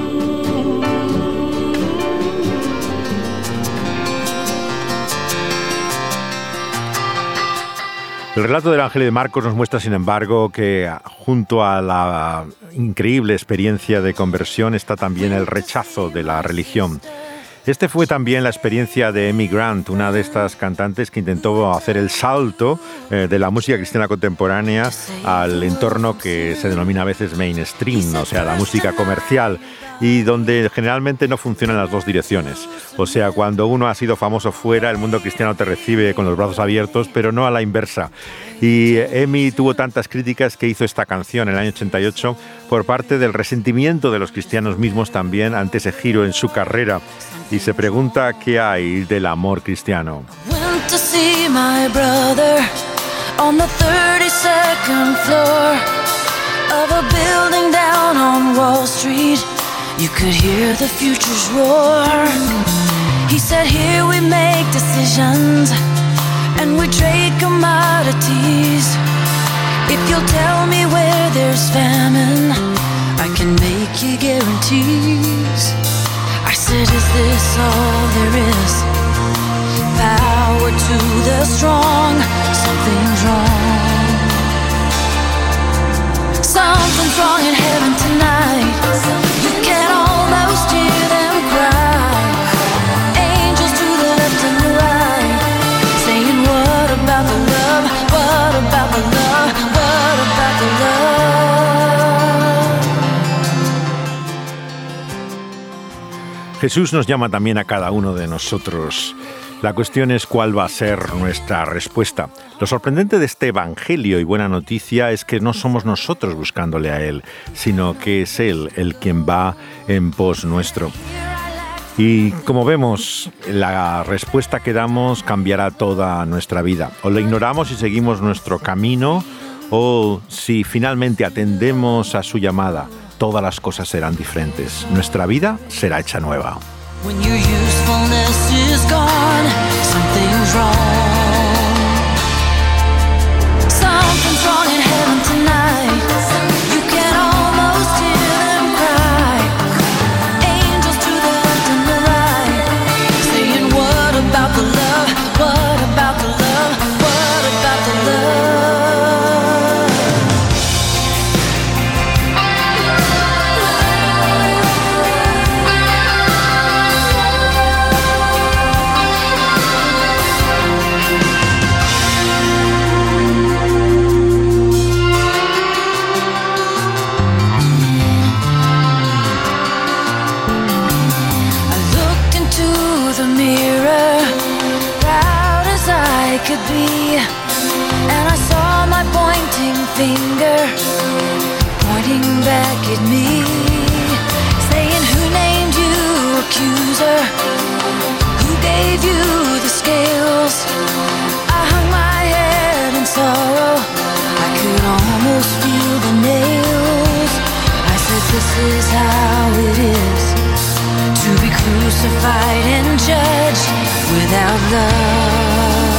El relato del Evangelio de Marcos nos muestra, sin embargo, que junto a la increíble experiencia de conversión está también el rechazo de la religión. Este fue también la experiencia de Amy Grant, una de estas cantantes que intentó hacer el salto de la música cristiana contemporánea al entorno que se denomina a veces mainstream, o sea, la música comercial, y donde generalmente no funcionan las dos direcciones. O sea, cuando uno ha sido famoso fuera, el mundo cristiano te recibe con los brazos abiertos, pero no a la inversa. Y Amy tuvo tantas críticas que hizo esta canción en el año 88 por parte del resentimiento de los cristianos mismos también ante ese giro en su carrera. Y se pregunta qué hay del amor cristiano. Went to see my brother on the 32nd floor of a building down on Wall Street. You could hear the future's roar. He said, here we make decisions and we trade commodities. If you'll tell me where there's famine, I can make you guarantees. I said, is this all there is? Power to the strong. Something's wrong. Something's wrong in heaven tonight. You can almost hear them cry. Angels to the left and the right, saying, what about the love? What about the love? What about the love? Jesús nos llama también a cada uno de nosotros. La cuestión es cuál va a ser nuestra respuesta. Lo sorprendente de este evangelio y buena noticia es que no somos nosotros buscándole a Él, sino que es Él el quien va en pos nuestro. Y como vemos, la respuesta que damos cambiará toda nuestra vida. O la ignoramos y seguimos nuestro camino, o si finalmente atendemos a su llamada, todas las cosas serán diferentes. Nuestra vida será hecha nueva. When your usefulness is gone, something's wrong. Something's wrong in heaven tonight. You can almost hear them cry. Angels to the left and the right, saying, what about the love? What about the love? What about the love? Could be, and I saw my pointing finger pointing back at me, saying, who named you accuser? Who gave you the scales? I hung my head in sorrow, I could almost feel the nails. I said, this is how it is to be crucified and judged without love.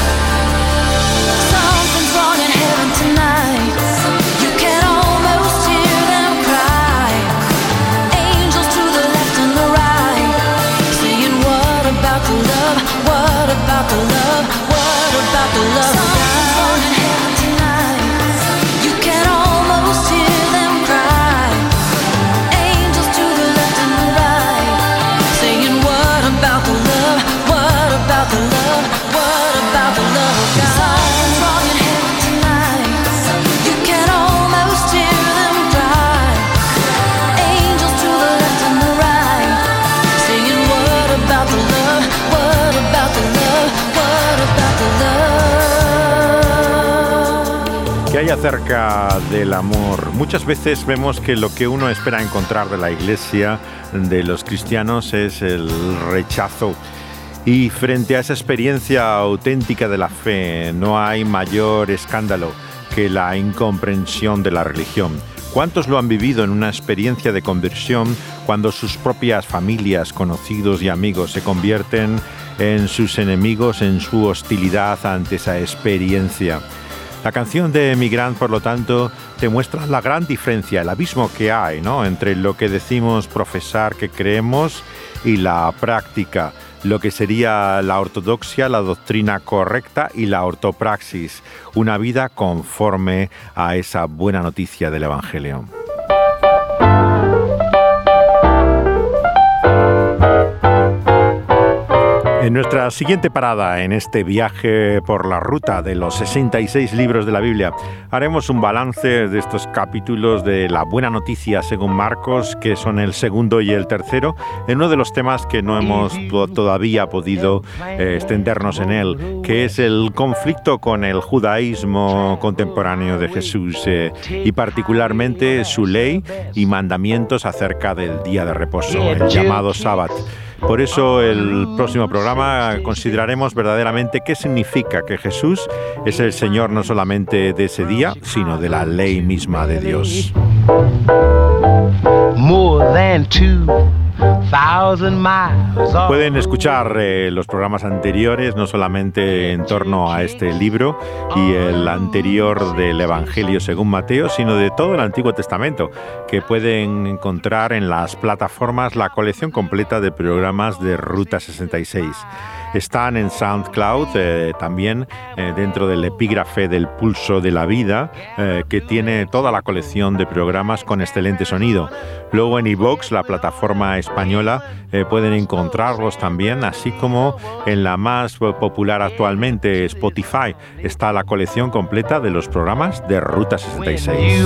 Tonight, you can almost hear them cry. Angels to the left and the right, saying, what about the love? What about the love? What about the love of God? In heaven tonight, you can almost hear them cry. Angels to the left and the right, saying, what about the love? What about the love? What about the love of God? Something's wrong in heaven. ¿Qué hay acerca del amor? Muchas veces vemos que lo que uno espera encontrar de la Iglesia, de los cristianos, es el rechazo. Y frente a esa experiencia auténtica de la fe, no hay mayor escándalo que la incomprensión de la religión. ¿Cuántos lo han vivido en una experiencia de conversión cuando sus propias familias, conocidos y amigos se convierten en sus enemigos, en su hostilidad ante esa experiencia? La canción de Migrant, por lo tanto, te muestra la gran diferencia, el abismo que hay, ¿no?, entre lo que decimos profesar que creemos y la práctica, lo que sería la ortodoxia, la doctrina correcta y la ortopraxis, una vida conforme a esa buena noticia del Evangelio. En nuestra siguiente parada en este viaje por la ruta de los 66 libros de la Biblia, haremos un balance de estos capítulos de la buena noticia según Marcos, que son el segundo y el tercero, en uno de los temas que no hemos todavía podido extendernos en él, que es el conflicto con el judaísmo contemporáneo de Jesús y particularmente su ley y mandamientos acerca del día de reposo, el llamado sábado. Por eso el próximo programa consideraremos verdaderamente qué significa que Jesús es el Señor no solamente de ese día, sino de la ley misma de Dios. More than 2,000 miles. Pueden escuchar los programas anteriores, no solamente en torno a este libro y el anterior del Evangelio según Mateo, sino de todo el Antiguo Testamento, que pueden encontrar en las plataformas la colección completa de programas de Ruta 66. Están en SoundCloud, también dentro del epígrafe del Pulso de la Vida, que tiene toda la colección de programas con excelente sonido. Luego en iVoox, la plataforma española, pueden encontrarlos también, así como en la más popular actualmente, Spotify, está la colección completa de los programas de Ruta 66.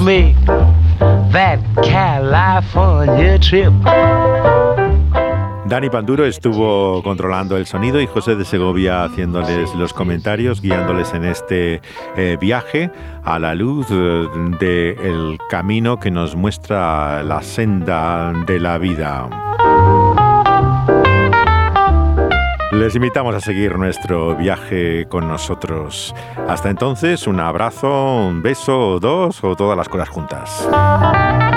Dani Panduro estuvo controlando el sonido y José de Segovia haciéndoles los comentarios, guiándoles en este viaje a la luz del camino que nos muestra la senda de la vida. Les invitamos a seguir nuestro viaje con nosotros. Hasta entonces, un abrazo, un beso, dos o todas las cosas juntas.